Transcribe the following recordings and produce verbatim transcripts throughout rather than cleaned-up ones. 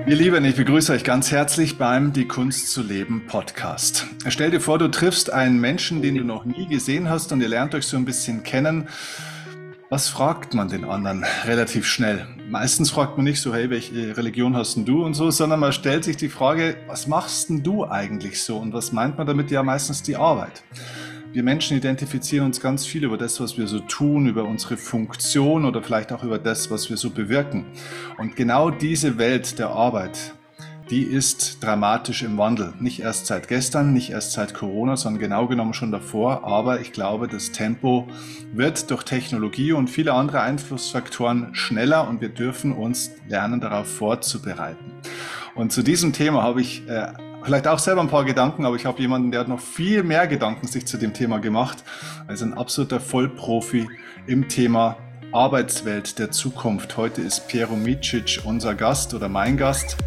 Ihr Lieben, ich begrüße euch ganz herzlich beim Die Kunst zu leben Podcast. Stell dir vor, du triffst einen Menschen, den du noch nie gesehen hast und ihr lernt euch so ein bisschen kennen. Was fragt man den anderen relativ schnell? Meistens fragt man nicht so, hey, welche Religion hast denn du und so, sondern man stellt sich die Frage, was machst denn du eigentlich so? Und was meint man damit? Ja, meistens die Arbeit. Wir Menschen identifizieren uns ganz viel über das, was wir so tun, über unsere Funktion oder vielleicht auch über das, was wir so bewirken. Und genau diese Welt der Arbeit, die ist dramatisch im Wandel. Nicht erst seit gestern, nicht erst seit Corona, sondern genau genommen schon davor. Aber ich glaube, das Tempo wird durch Technologie und viele andere Einflussfaktoren schneller und wir dürfen uns lernen, darauf vorzubereiten. Und zu diesem Thema habe ich äh, vielleicht auch selber ein paar Gedanken, aber ich habe jemanden, der hat noch viel mehr Gedanken sich zu dem Thema gemacht. Also ein absoluter Vollprofi im Thema Arbeitswelt der Zukunft. Heute ist Pero Micic unser Gast oder mein Gast.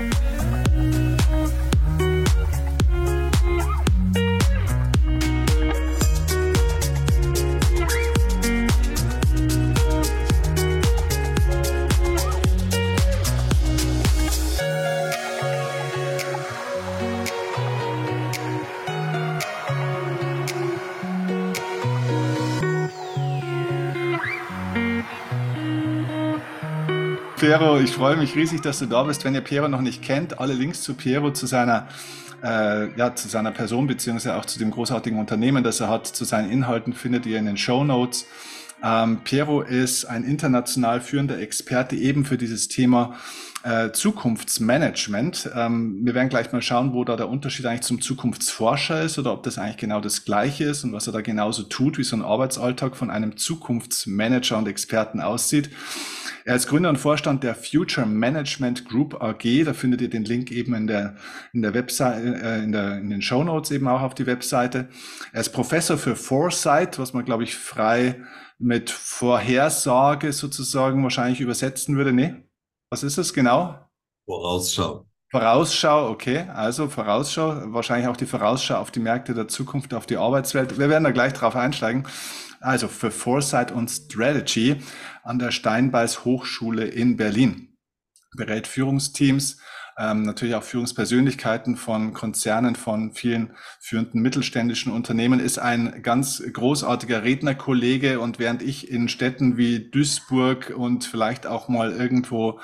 Pero, ich freue mich riesig, dass du da bist. Wenn ihr Pero noch nicht kennt, alle Links zu Pero, zu seiner, äh, ja, zu seiner Person beziehungsweise auch zu dem großartigen Unternehmen, das er hat, zu seinen Inhalten findet ihr in den Shownotes. Ähm, Pero ist ein international führender Experte eben für dieses Thema äh, Zukunftsmanagement. Ähm, wir werden gleich mal schauen, wo da der Unterschied eigentlich zum Zukunftsforscher ist oder ob das eigentlich genau das Gleiche ist und was er da genauso tut, wie so ein Arbeitsalltag von einem Zukunftsmanager und Experten aussieht. Er ist Gründer und Vorstand der Future Management Group A G. Da findet ihr den Link eben in der, in der Webseite, äh, in der, in den Shownotes eben auch auf die Webseite. Er ist Professor für Foresight, was man, glaube ich, frei mit Vorhersage sozusagen wahrscheinlich übersetzen würde. Nee? Was ist es genau? Vorausschau. Vorausschau, okay. Also Vorausschau, wahrscheinlich auch die Vorausschau auf die Märkte der Zukunft, auf die Arbeitswelt. Wir werden da gleich drauf einsteigen. Also für Foresight und Strategy an der Steinbeis Hochschule in Berlin. Berät Führungsteams, ähm, natürlich auch Führungspersönlichkeiten von Konzernen, von vielen führenden mittelständischen Unternehmen, ist ein ganz großartiger Rednerkollege. Und während ich in Städten wie Duisburg und vielleicht auch mal irgendwo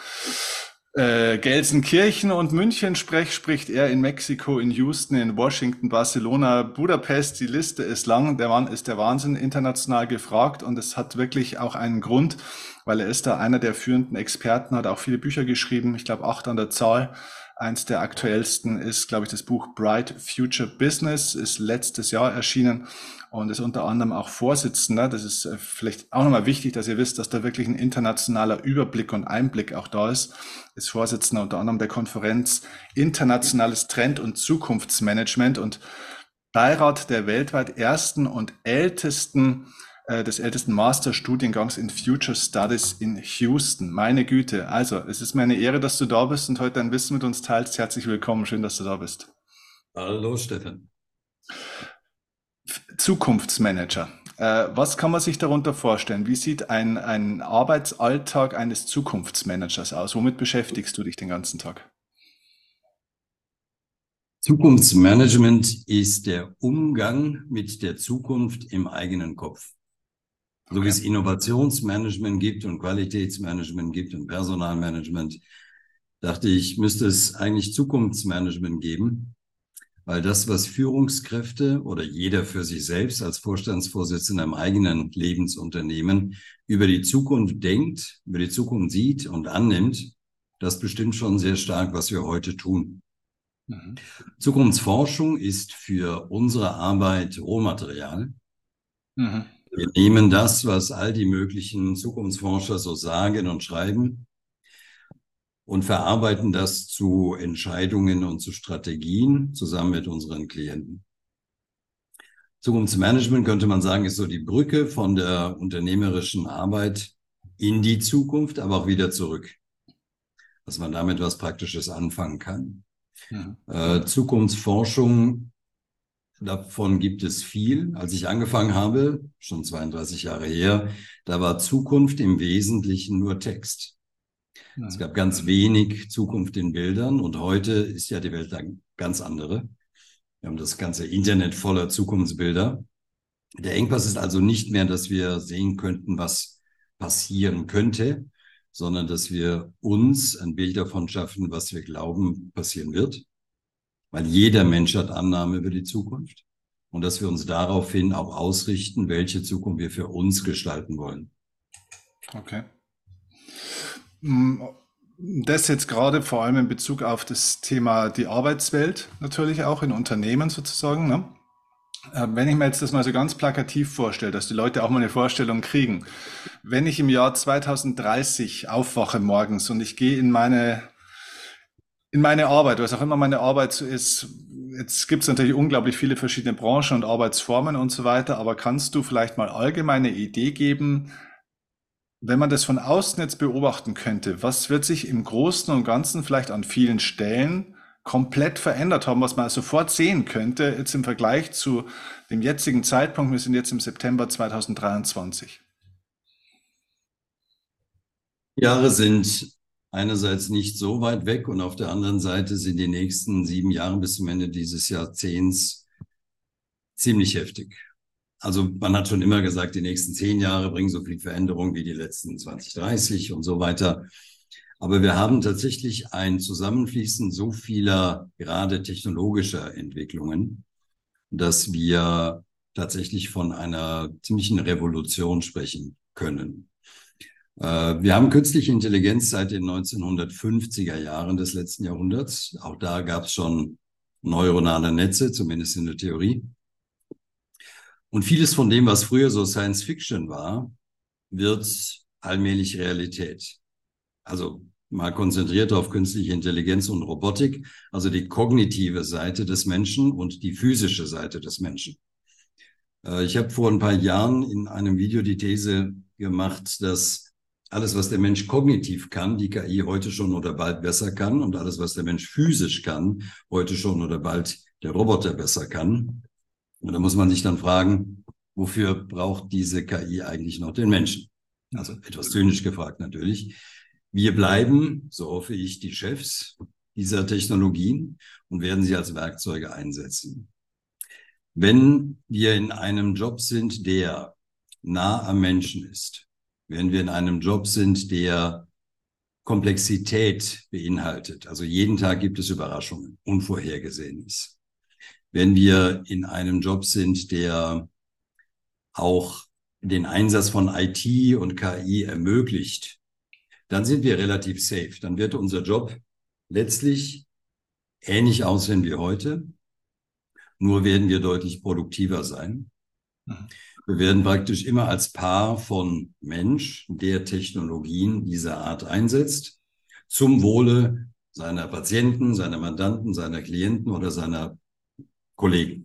Äh, Gelsenkirchen und München spreche, spricht er in Mexiko, in Houston, in Washington, Barcelona, Budapest. Die Liste ist lang. Der Mann ist der Wahnsinn, international gefragt und es hat wirklich auch einen Grund, weil er ist da einer der führenden Experten, hat auch viele Bücher geschrieben, ich glaube acht an der Zahl. Eins der aktuellsten ist, glaube ich, das Buch Bright Future Business, ist letztes Jahr erschienen und ist unter anderem auch Vorsitzender. Das ist vielleicht auch nochmal wichtig, dass ihr wisst, dass da wirklich ein internationaler Überblick und Einblick auch da ist. Ist Vorsitzender unter anderem der Konferenz Internationales Trend- und Zukunftsmanagement und Beirat der weltweit ersten und ältesten des ältesten Masterstudiengangs in Future Studies in Houston. Meine Güte. Also, es ist mir eine Ehre, dass du da bist und heute dein Wissen mit uns teilst. Herzlich willkommen. Schön, dass du da bist. Hallo, Stefan. Zukunftsmanager. Äh, was kann man sich darunter vorstellen? Wie sieht ein, ein Arbeitsalltag eines Zukunftsmanagers aus? Womit beschäftigst du dich den ganzen Tag? Zukunftsmanagement ist der Umgang mit der Zukunft im eigenen Kopf. So okay. Wie es Innovationsmanagement gibt und Qualitätsmanagement gibt und Personalmanagement, dachte ich, müsste es eigentlich Zukunftsmanagement geben, weil das, was Führungskräfte oder jeder für sich selbst als Vorstandsvorsitzender im eigenen Lebensunternehmen über die Zukunft denkt, über die Zukunft sieht und annimmt, das bestimmt schon sehr stark, was wir heute tun. Mhm. Zukunftsforschung ist für unsere Arbeit Rohmaterial. Mhm. Wir nehmen das, was all die möglichen Zukunftsforscher so sagen und schreiben und verarbeiten das zu Entscheidungen und zu Strategien zusammen mit unseren Klienten. Zukunftsmanagement, könnte man sagen, ist so die Brücke von der unternehmerischen Arbeit in die Zukunft, aber auch wieder zurück, dass man damit was Praktisches anfangen kann. Mhm. Äh, Zukunftsforschung, davon gibt es viel. Als ich angefangen habe, schon zweiunddreißig Jahre her, da war Zukunft im Wesentlichen nur Text. Es gab ganz wenig Zukunft in Bildern und heute ist ja die Welt eine ganz andere. Wir haben das ganze Internet voller Zukunftsbilder. Der Engpass ist also nicht mehr, dass wir sehen könnten, was passieren könnte, sondern dass wir uns ein Bild davon schaffen, was wir glauben passieren wird, weil jeder Mensch hat Annahme über die Zukunft und dass wir uns daraufhin auch ausrichten, welche Zukunft wir für uns gestalten wollen. Okay. Das jetzt gerade vor allem in Bezug auf das Thema die Arbeitswelt natürlich auch in Unternehmen sozusagen, ne? Wenn ich mir jetzt das mal so ganz plakativ vorstelle, dass die Leute auch mal eine Vorstellung kriegen. Wenn ich im Jahr zweitausenddreißig aufwache morgens und ich gehe in meine, in meine Arbeit, was auch immer meine Arbeit so ist, jetzt gibt es natürlich unglaublich viele verschiedene Branchen und Arbeitsformen und so weiter, aber kannst du vielleicht mal allgemeine Idee geben, wenn man das von außen jetzt beobachten könnte, was wird sich im Großen und Ganzen vielleicht an vielen Stellen komplett verändert haben, was man sofort sehen könnte, jetzt im Vergleich zu dem jetzigen Zeitpunkt, wir sind jetzt im September zweitausenddreiundzwanzig. Jahre sind einerseits nicht so weit weg und auf der anderen Seite sind die nächsten sieben Jahre bis zum Ende dieses Jahrzehnts ziemlich heftig. Also man hat schon immer gesagt, die nächsten zehn Jahre bringen so viel Veränderung wie die letzten zwanzig, dreißig und so weiter. Aber wir haben tatsächlich ein Zusammenfließen so vieler gerade technologischer Entwicklungen, dass wir tatsächlich von einer ziemlichen Revolution sprechen können. Wir haben künstliche Intelligenz seit den neunzehnhundertfünfziger Jahren des letzten Jahrhunderts. Auch da gab es schon neuronale Netze, zumindest in der Theorie. Und vieles von dem, was früher so Science Fiction war, wird allmählich Realität. Also mal konzentriert auf künstliche Intelligenz und Robotik, also die kognitive Seite des Menschen und die physische Seite des Menschen. Ich habe vor ein paar Jahren in einem Video die These gemacht, dass alles, was der Mensch kognitiv kann, die K I heute schon oder bald besser kann und alles, was der Mensch physisch kann, heute schon oder bald der Roboter besser kann. Und da muss man sich dann fragen, wofür braucht diese K I eigentlich noch den Menschen? Also etwas zynisch gefragt natürlich. Wir bleiben, so hoffe ich, die Chefs dieser Technologien und werden sie als Werkzeuge einsetzen. Wenn wir in einem Job sind, der nah am Menschen ist, wenn wir in einem Job sind, der Komplexität beinhaltet, also jeden Tag gibt es Überraschungen, Unvorhergesehenes. Wenn wir in einem Job sind, der auch den Einsatz von I T und K I ermöglicht, dann sind wir relativ safe. Dann wird unser Job letztlich ähnlich aussehen wie heute, nur werden wir deutlich produktiver sein. Wir werden praktisch immer als Paar von Mensch, der Technologien dieser Art einsetzt, zum Wohle seiner Patienten, seiner Mandanten, seiner Klienten oder seiner Kollegen.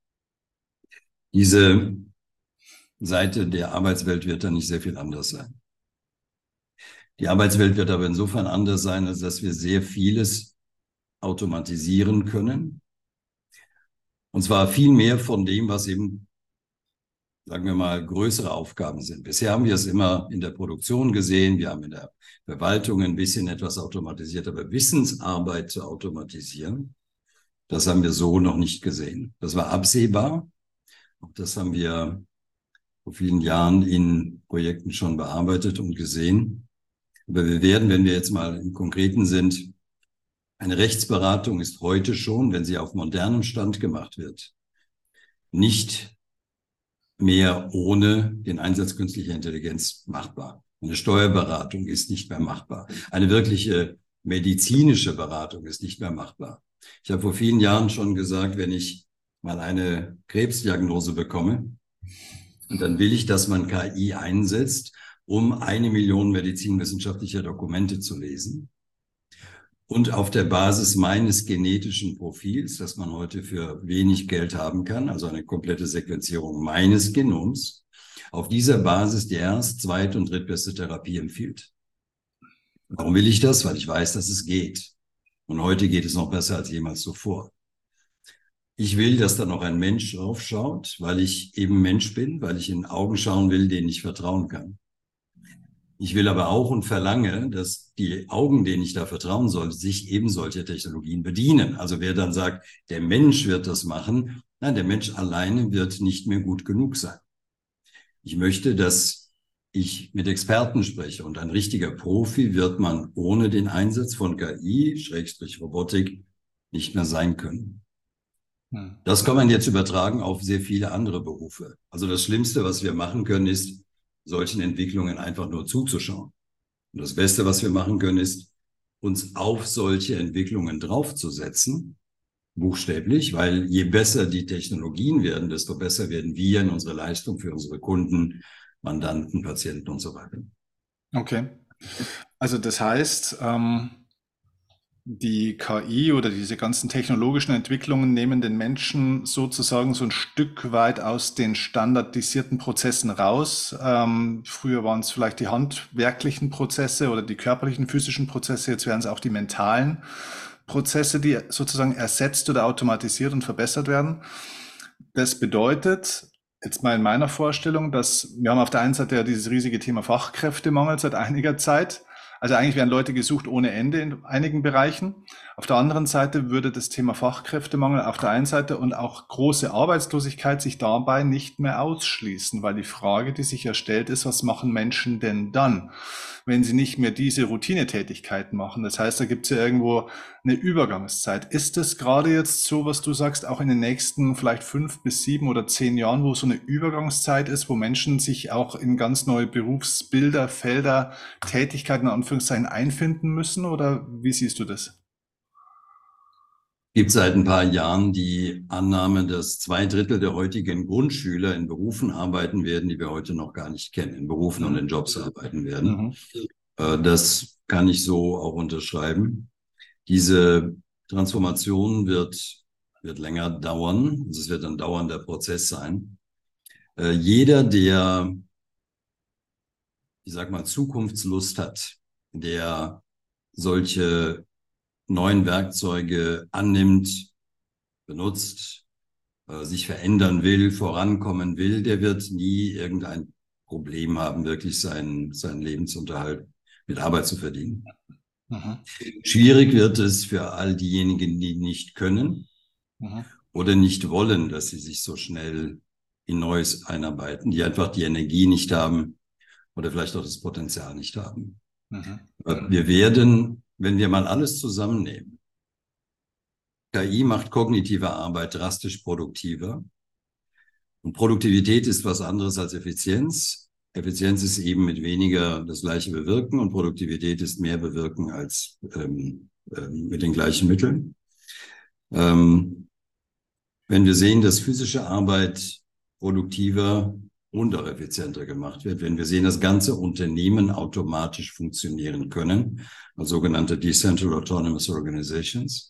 Diese Seite der Arbeitswelt wird dann nicht sehr viel anders sein. Die Arbeitswelt wird aber insofern anders sein, als dass wir sehr vieles automatisieren können. Und zwar viel mehr von dem, was eben, sagen wir mal, größere Aufgaben sind. Bisher haben wir es immer in der Produktion gesehen, wir haben in der Verwaltung ein bisschen etwas automatisiert, aber Wissensarbeit zu automatisieren, das haben wir so noch nicht gesehen. Das war absehbar. Auch das haben wir vor vielen Jahren in Projekten schon bearbeitet und gesehen. Aber wir werden, wenn wir jetzt mal im Konkreten sind, eine Rechtsberatung ist heute schon, wenn sie auf modernem Stand gemacht wird, nicht mehr ohne den Einsatz künstlicher Intelligenz machbar. Eine Steuerberatung ist nicht mehr machbar. Eine wirkliche medizinische Beratung ist nicht mehr machbar. Ich habe vor vielen Jahren schon gesagt, wenn ich mal eine Krebsdiagnose bekomme, und dann will ich, dass man K I einsetzt, um eine Million medizinwissenschaftlicher Dokumente zu lesen. Und auf der Basis meines genetischen Profils, das man heute für wenig Geld haben kann, also eine komplette Sequenzierung meines Genoms, auf dieser Basis die erst-, zweit- und drittbeste Therapie empfiehlt. Warum will ich das? Weil ich weiß, dass es geht. Und heute geht es noch besser als jemals zuvor. Ich will, dass da noch ein Mensch draufschaut, weil ich eben Mensch bin, weil ich in Augen schauen will, denen ich vertrauen kann. Ich will aber auch und verlange, dass die Augen, denen ich da vertrauen soll, sich eben solcher Technologien bedienen. Also wer dann sagt, der Mensch wird das machen, nein, der Mensch alleine wird nicht mehr gut genug sein. Ich möchte, dass ich mit Experten spreche und ein richtiger Profi wird man ohne den Einsatz von K I, Schrägstrich Robotik, nicht mehr sein können. Hm. Das kann man jetzt übertragen auf sehr viele andere Berufe. Also das Schlimmste, was wir machen können, ist, solchen Entwicklungen einfach nur zuzuschauen. Und das Beste, was wir machen können, ist, uns auf solche Entwicklungen draufzusetzen, buchstäblich, weil je besser die Technologien werden, desto besser werden wir in unserer Leistung für unsere Kunden, Mandanten, Patienten und so weiter. Okay. Also das heißt, ähm, die K I oder diese ganzen technologischen Entwicklungen nehmen den Menschen sozusagen so ein Stück weit aus den standardisierten Prozessen raus. Ähm, früher waren es vielleicht die handwerklichen Prozesse oder die körperlichen, physischen Prozesse, jetzt werden es auch die mentalen Prozesse, die sozusagen ersetzt oder automatisiert und verbessert werden. Das bedeutet, jetzt mal in meiner Vorstellung, dass wir haben auf der einen Seite ja dieses riesige Thema Fachkräftemangel seit einiger Zeit. Also eigentlich werden Leute gesucht ohne Ende in einigen Bereichen. Auf der anderen Seite würde das Thema Fachkräftemangel auf der einen Seite und auch große Arbeitslosigkeit sich dabei nicht mehr ausschließen, weil die Frage, die sich ja stellt, ist, was machen Menschen denn dann, wenn sie nicht mehr diese Routinetätigkeiten machen? Das heißt, da gibt es ja irgendwo eine Übergangszeit. Ist das gerade jetzt so, was du sagst, auch in den nächsten vielleicht fünf bis sieben oder zehn Jahren, wo so eine Übergangszeit ist, wo Menschen sich auch in ganz neue Berufsbilder, Felder, Tätigkeiten, in Anführungszeichen, einfinden müssen? Oder wie siehst du das? Es gibt seit ein paar Jahren die Annahme, dass zwei Drittel der heutigen Grundschüler in Berufen arbeiten werden, die wir heute noch gar nicht kennen, in Berufen und in Jobs arbeiten werden. Mhm. Das kann ich so auch unterschreiben. Diese Transformation wird, wird länger dauern. Es wird ein dauernder Prozess sein. Jeder, der, ich sag mal, Zukunftslust hat, der solche neuen Werkzeuge annimmt, benutzt, äh, sich verändern will, vorankommen will, der wird nie irgendein Problem haben, wirklich seinen, seinen Lebensunterhalt mit Arbeit zu verdienen. Mhm. Schwierig wird es für all diejenigen, die nicht können mhm. oder nicht wollen, dass sie sich so schnell in Neues einarbeiten, die einfach die Energie nicht haben oder vielleicht auch das Potenzial nicht haben. Mhm. Wir werden, wenn wir mal alles zusammennehmen, K I macht kognitive Arbeit drastisch produktiver. Und Produktivität ist was anderes als Effizienz. Effizienz ist eben mit weniger das gleiche bewirken und Produktivität ist mehr bewirken als ähm, äh, mit den gleichen Mitteln. Ähm, wenn wir sehen, dass physische Arbeit produktiver und auch effizienter gemacht wird, wenn wir sehen, dass ganze Unternehmen automatisch funktionieren können, als sogenannte Decentral Autonomous Organizations,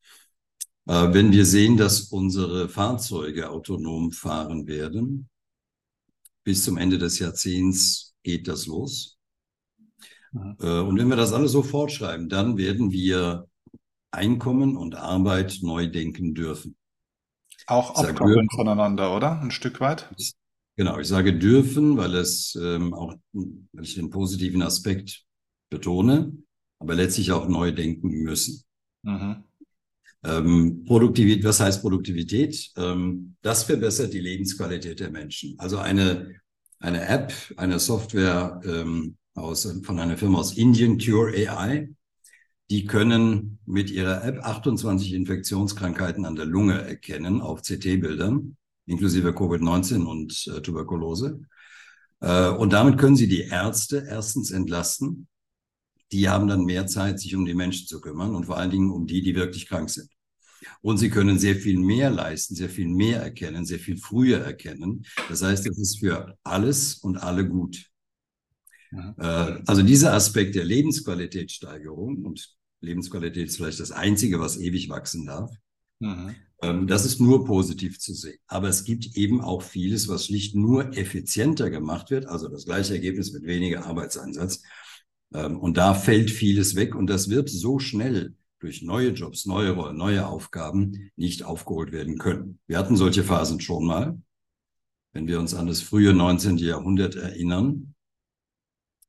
äh, wenn wir sehen, dass unsere Fahrzeuge autonom fahren werden, bis zum Ende des Jahrzehnts geht das los. Mhm. Äh, und wenn wir das alles so fortschreiben, dann werden wir Einkommen und Arbeit neu denken dürfen. Auch abkoppeln voneinander, oder? Ein Stück weit? Genau, ich sage dürfen, weil es ähm, auch, weil ich den positiven Aspekt betone, aber letztlich auch neu denken müssen. Mhm. Ähm, Produktivität, was heißt Produktivität? Ähm, das verbessert die Lebensqualität der Menschen. Also eine, eine App, eine Software ähm, aus, von einer Firma aus Indien, Cure A I, die können mit ihrer App achtundzwanzig Infektionskrankheiten an der Lunge erkennen auf C T-Bildern, inklusive Covid neunzehn und äh, Tuberkulose. Äh, und damit können sie die Ärzte erstens entlasten. Die haben dann mehr Zeit, sich um die Menschen zu kümmern und vor allen Dingen um die, die wirklich krank sind. Und sie können sehr viel mehr leisten, sehr viel mehr erkennen, sehr viel früher erkennen. Das heißt, es ist für alles und alle gut. Mhm. Äh, also dieser Aspekt der Lebensqualitätssteigerung, und Lebensqualität ist vielleicht das Einzige, was ewig wachsen darf, mhm. ähm, das ist nur positiv zu sehen. Aber es gibt eben auch vieles, was schlicht nur effizienter gemacht wird, also das gleiche Ergebnis mit weniger Arbeitseinsatz. Ähm, und da fällt vieles weg und das wird so schnell durch neue Jobs, neue Rollen, neue Aufgaben nicht aufgeholt werden können. Wir hatten solche Phasen schon mal. Wenn wir uns an das frühe neunzehnte Jahrhundert erinnern,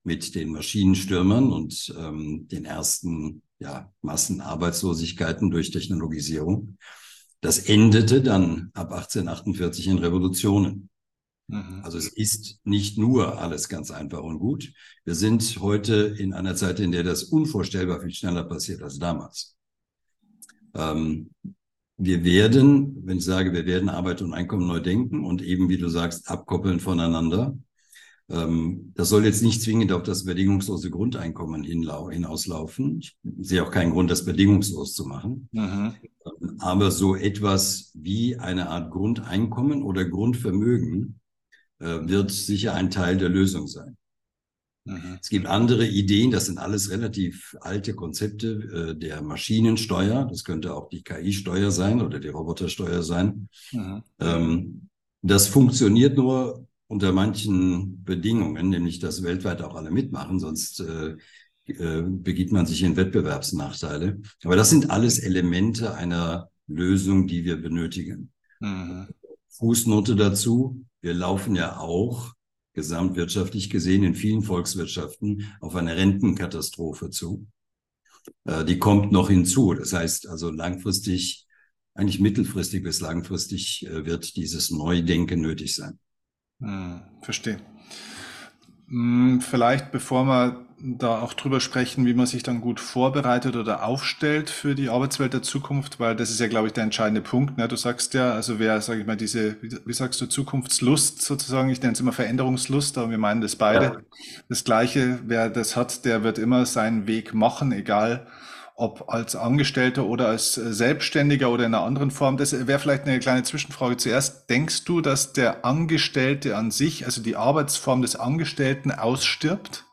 mit den Maschinenstürmern und ähm, den ersten ja, Massenarbeitslosigkeiten durch Technologisierung. Das endete dann ab achtzehnhundertachtundvierzig in Revolutionen. Mhm. Also es ist nicht nur alles ganz einfach und gut. Wir sind heute in einer Zeit, in der das unvorstellbar viel schneller passiert als damals. Ähm, wir werden, wenn ich sage, wir werden Arbeit und Einkommen neu denken und eben, wie du sagst, abkoppeln voneinander. Ähm, das soll jetzt nicht zwingend auf das bedingungslose Grundeinkommen hinauslaufen. Ich sehe auch keinen Grund, das bedingungslos zu machen. Mhm. Aber so etwas wie eine Art Grundeinkommen oder Grundvermögen äh, wird sicher ein Teil der Lösung sein. Mhm. Es gibt andere Ideen, das sind alles relativ alte Konzepte äh, der Maschinensteuer. Das könnte auch die K I-Steuer sein oder die Robotersteuer sein. Mhm. Ähm, das funktioniert nur unter manchen Bedingungen, nämlich dass weltweit auch alle mitmachen, sonst äh, äh, begibt man sich in Wettbewerbsnachteile. Aber das sind alles Elemente einer Lösung, die wir benötigen. Mhm. Fußnote dazu, wir laufen ja auch gesamtwirtschaftlich gesehen in vielen Volkswirtschaften auf eine Rentenkatastrophe zu. Äh, die kommt noch hinzu. Das heißt also langfristig, eigentlich mittelfristig bis langfristig äh, wird dieses Neudenken nötig sein. Mhm. Verstehe. Mm, Vielleicht, bevor wir da auch drüber sprechen, wie man sich dann gut vorbereitet oder aufstellt für die Arbeitswelt der Zukunft, weil das ist ja, glaube ich, der entscheidende Punkt. Ne? Du sagst ja, also wer, sage ich mal, diese, wie, wie sagst du, Zukunftslust sozusagen, ich nenne es immer Veränderungslust, aber wir meinen das beide. Ja. Das Gleiche, wer das hat, der wird immer seinen Weg machen, egal ob als Angestellter oder als äh, Selbstständiger oder in einer anderen Form. Das wäre vielleicht eine kleine Zwischenfrage zuerst. Denkst du, dass der Angestellte an sich, also die Arbeitsform des Angestellten, ausstirbt?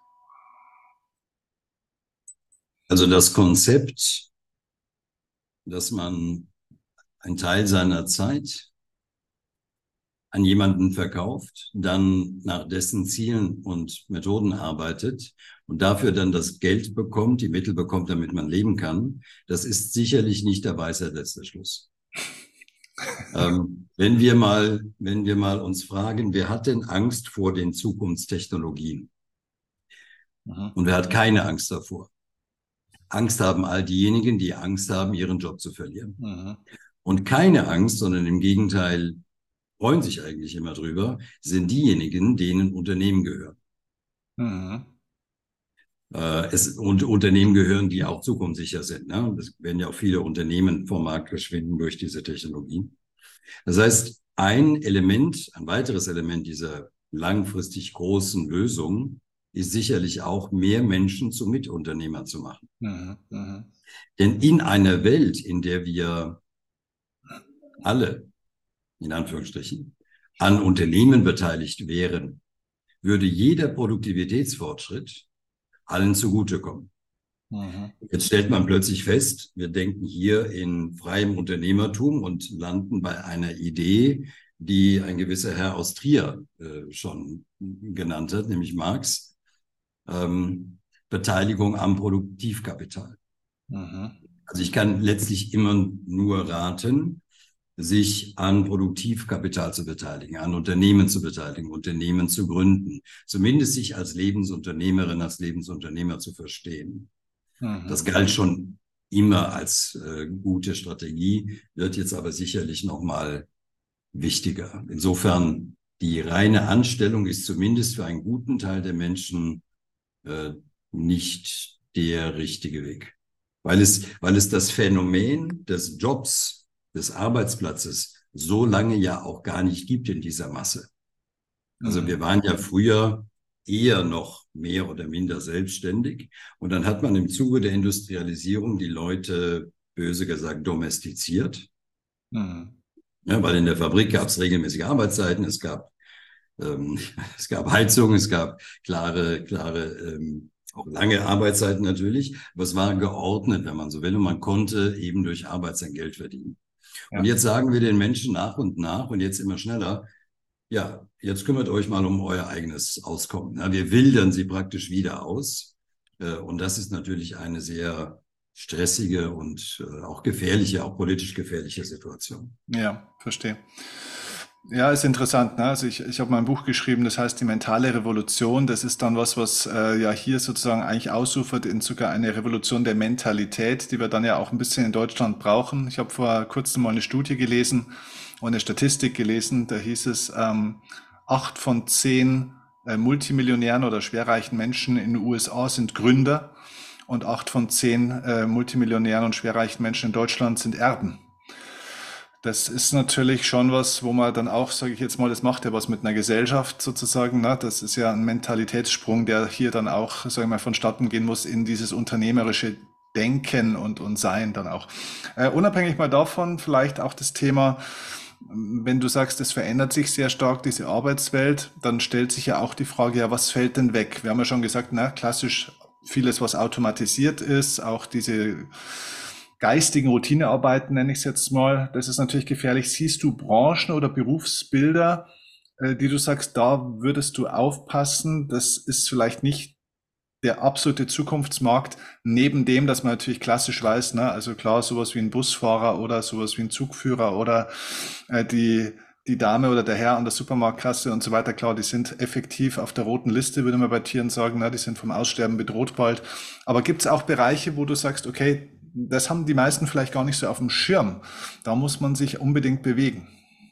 Also das Konzept, dass man einen Teil seiner Zeit an jemanden verkauft, dann nach dessen Zielen und Methoden arbeitet und dafür dann das Geld bekommt, die Mittel bekommt, damit man leben kann, das ist sicherlich nicht der Weisheit letzter Schluss. Ähm, wenn wir mal, wenn wir mal uns fragen, wer hat denn Angst vor den Zukunftstechnologien? Mhm. Und wer hat keine Angst davor? Angst haben all diejenigen, die Angst haben, ihren Job zu verlieren. Mhm. Und keine Angst, sondern im Gegenteil freuen sich eigentlich immer drüber, sind diejenigen, denen Unternehmen gehören. Mhm. Äh, es, und Unternehmen gehören, die auch zukunftssicher sind. Ne? Es werden ja auch viele Unternehmen vom Markt verschwinden durch diese Technologien. Das heißt, ein Element, ein weiteres Element dieser langfristig großen Lösung ist sicherlich auch, mehr Menschen zu Mitunternehmern zu machen. Mhm. Mhm. Denn in einer Welt, in der wir alle, in Anführungsstrichen, an Unternehmen beteiligt wären, würde jeder Produktivitätsfortschritt allen zugutekommen. Mhm. Jetzt stellt man plötzlich fest, wir denken hier in freiem Unternehmertum und landen bei einer Idee, die ein gewisser Herr aus Trier äh, schon genannt hat, nämlich Marx, ähm, Beteiligung am Produktivkapital. Mhm. Also ich kann letztlich immer nur raten, sich an Produktivkapital zu beteiligen, an Unternehmen zu beteiligen, Unternehmen zu gründen, zumindest sich als Lebensunternehmerin, als Lebensunternehmer zu verstehen. Mhm. Das galt schon immer als äh, gute Strategie, wird jetzt aber sicherlich noch mal wichtiger. Insofern, die reine Anstellung ist zumindest für einen guten Teil der Menschen äh, nicht der richtige Weg. Weil es, weil es das Phänomen des Jobs, des Arbeitsplatzes so lange ja auch gar nicht gibt in dieser Masse. Also Mhm. wir waren ja früher eher noch mehr oder minder selbstständig. Und dann hat man im Zuge der Industrialisierung die Leute, böse gesagt, domestiziert. Mhm. Ja, weil in der Fabrik gab es regelmäßige Arbeitszeiten, es gab, ähm, es gab Heizung, es gab klare, klare, ähm, auch lange Arbeitszeiten natürlich, aber es war geordnet, wenn man so will, und man konnte eben durch Arbeit sein Geld verdienen. Und Ja. jetzt sagen wir den Menschen nach und nach und jetzt immer schneller, ja, jetzt kümmert euch mal um euer eigenes Auskommen. Ja, wir wildern sie praktisch wieder aus. Äh, und das ist natürlich eine sehr stressige und äh, auch gefährliche, auch politisch gefährliche Situation. Ja, verstehe. Ja, ist interessant, ne? Also ich, ich habe mal ein Buch geschrieben, das heißt die mentale Revolution. Das ist dann was, was äh, ja hier sozusagen eigentlich ausufert in sogar eine Revolution der Mentalität, die wir dann ja auch ein bisschen in Deutschland brauchen. Ich habe vor kurzem mal eine Studie gelesen und eine Statistik gelesen, da hieß es, ähm, acht von zehn äh, Multimillionären oder schwerreichen Menschen in den U S A sind Gründer und acht von zehn äh, Multimillionären und schwerreichen Menschen in Deutschland sind Erben. Das ist natürlich schon was, wo man dann auch, sage ich jetzt mal, das macht ja was mit einer Gesellschaft sozusagen. Ne? Das ist ja ein Mentalitätssprung, der hier dann auch, sage ich mal, vonstatten gehen muss in dieses unternehmerische Denken und, und Sein dann auch. Äh, unabhängig mal davon, vielleicht auch das Thema, wenn du sagst, es verändert sich sehr stark, diese Arbeitswelt, dann stellt sich ja auch die Frage, ja, was fällt denn weg? Wir haben ja schon gesagt, na, klassisch vieles, was automatisiert ist, auch diese geistigen Routinearbeiten, nenne ich es jetzt mal, das ist natürlich gefährlich. Siehst du Branchen oder Berufsbilder, äh, die du sagst, da würdest du aufpassen, das ist vielleicht nicht der absolute Zukunftsmarkt, neben dem, dass man natürlich klassisch weiß, ne, also klar, sowas wie ein Busfahrer oder sowas wie ein Zugführer oder äh, die, die Dame oder der Herr an der Supermarktkasse und so weiter, klar, die sind effektiv auf der roten Liste, würde man bei Tieren sagen, ne, die sind vom Aussterben bedroht bald. Aber gibt es auch Bereiche, wo du sagst, okay, das haben die meisten vielleicht gar nicht so auf dem Schirm. Da muss man sich unbedingt bewegen.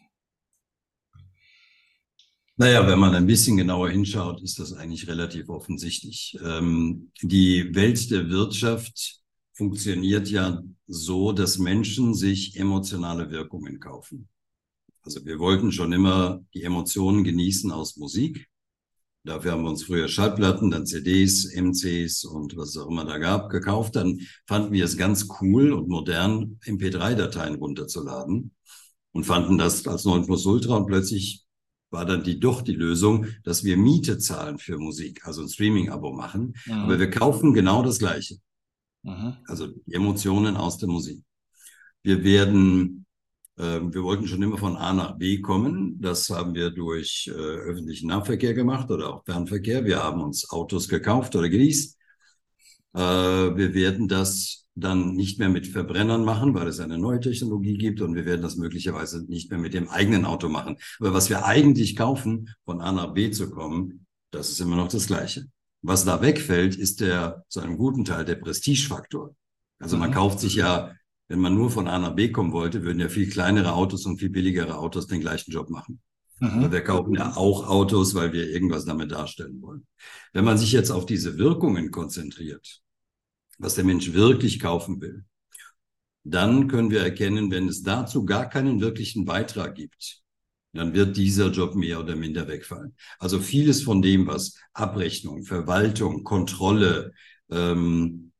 Naja, wenn man ein bisschen genauer hinschaut, ist das eigentlich relativ offensichtlich. Ähm, die Welt der Wirtschaft funktioniert ja so, dass Menschen sich emotionale Wirkungen kaufen. Also wir wollten schon immer die Emotionen genießen aus Musik. Dafür haben wir uns früher Schallplatten, dann C Ds, M Cs und was es auch immer da gab, gekauft. Dann fanden wir es ganz cool und modern, M P drei Dateien runterzuladen und fanden das als neun Plus Ultra und plötzlich war dann die doch die Lösung, dass wir Miete zahlen für Musik, also ein Streaming-Abo machen. Aber Mhm. wir kaufen genau das Gleiche, Mhm. also die Emotionen aus der Musik. Wir werden, äh, wir wollten schon immer von A nach B kommen. Das haben wir durch äh, öffentlichen Nahverkehr gemacht oder auch Fernverkehr. Wir haben uns Autos gekauft oder geleast. Äh, wir werden das dann nicht mehr mit Verbrennern machen, weil es eine neue Technologie gibt und wir werden das möglicherweise nicht mehr mit dem eigenen Auto machen. Aber was wir eigentlich kaufen, von A nach B zu kommen, das ist immer noch das Gleiche. Was da wegfällt, ist der, zu einem guten Teil, der Prestigefaktor. Also man Mhm. kauft sich ja, wenn man nur von A nach B kommen wollte, würden ja viel kleinere Autos und viel billigere Autos den gleichen Job machen. Aber wir Mhm. kaufen ja auch Autos, weil wir irgendwas damit darstellen wollen. Wenn man sich jetzt auf diese Wirkungen konzentriert, was der Mensch wirklich kaufen will, dann können wir erkennen, wenn es dazu gar keinen wirklichen Beitrag gibt, dann wird dieser Job mehr oder minder wegfallen. Also vieles von dem, was Abrechnung, Verwaltung, Kontrolle, ähm,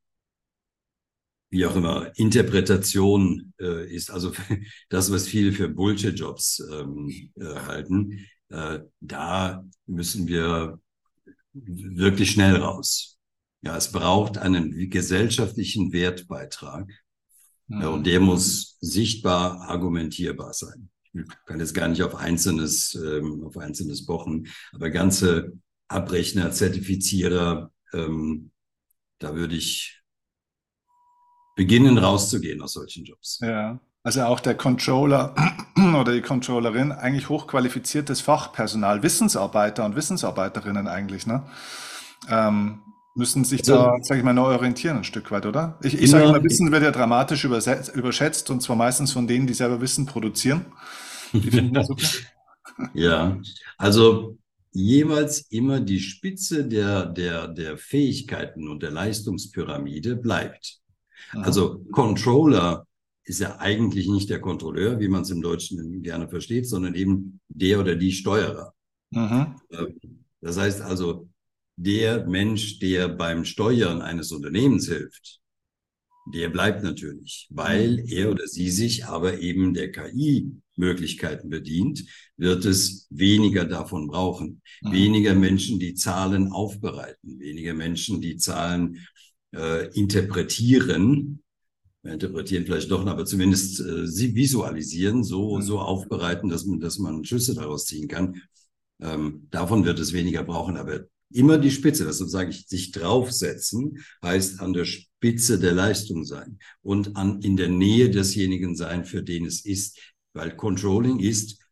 wie auch immer, Interpretation äh, ist, also das, was viele für Bullshit-Jobs ähm, äh, halten, äh, da müssen wir wirklich schnell raus. Ja, es braucht einen gesellschaftlichen Wertbeitrag, ja, und Mhm. der muss sichtbar argumentierbar sein. Ich kann jetzt gar nicht auf Einzelnes, ähm, auf Einzelnes pochen, aber ganze Abrechner, Zertifizierer, ähm, da würde ich beginnen, rauszugehen aus solchen Jobs. Ja, also auch der Controller oder die Controllerin, eigentlich hochqualifiziertes Fachpersonal, Wissensarbeiter und Wissensarbeiterinnen eigentlich, ne? Ähm, müssen sich da, Also sage ich mal, neu orientieren ein Stück weit, oder? Ich, ich sage immer, immer, Wissen wird ja dramatisch übersetzt, überschätzt und zwar meistens von denen, die selber Wissen produzieren. Die finden das super. ja, also jeweils immer die Spitze der, der, der Fähigkeiten und der Leistungspyramide bleibt. Mhm. Also Controller ist ja eigentlich nicht der Kontrolleur, wie man es im Deutschen gerne versteht, sondern eben der oder die Steuerer. Mhm. Das heißt also, der Mensch, der beim Steuern eines Unternehmens hilft, der bleibt natürlich, weil Mhm. er oder sie sich aber eben der K I-Möglichkeiten bedient, wird es weniger davon brauchen. Mhm. Weniger Menschen, die Zahlen aufbereiten, weniger Menschen, die Zahlen äh, interpretieren, interpretieren vielleicht doch, aber zumindest äh, sie visualisieren, so, so Mhm. aufbereiten, dass man, dass man Schlüsse daraus ziehen kann. Ähm, davon wird es weniger brauchen, aber immer die Spitze, das sage ich, sich draufsetzen, heißt an der Spitze der Leistung sein und an, in der Nähe desjenigen sein, für den es ist, weil Controlling ist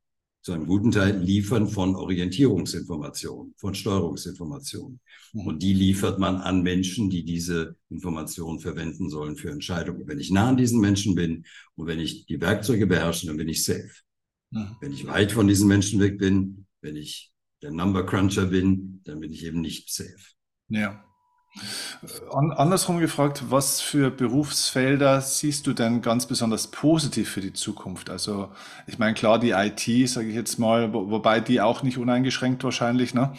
zu einem guten Teil liefern von Orientierungsinformationen, von Steuerungsinformationen. Mhm. Und die liefert man an Menschen, die diese Informationen verwenden sollen für Entscheidungen. Wenn ich nah an diesen Menschen bin und wenn ich die Werkzeuge beherrsche, dann bin ich safe. Mhm. Wenn ich weit von diesen Menschen weg bin, wenn ich der Number Cruncher bin, dann bin ich eben nicht safe. Ja. An, andersrum gefragt, was für Berufsfelder siehst du denn ganz besonders positiv für die Zukunft? Also ich meine, klar, die I T, sage ich jetzt mal, wo, wobei die auch nicht uneingeschränkt wahrscheinlich, ne?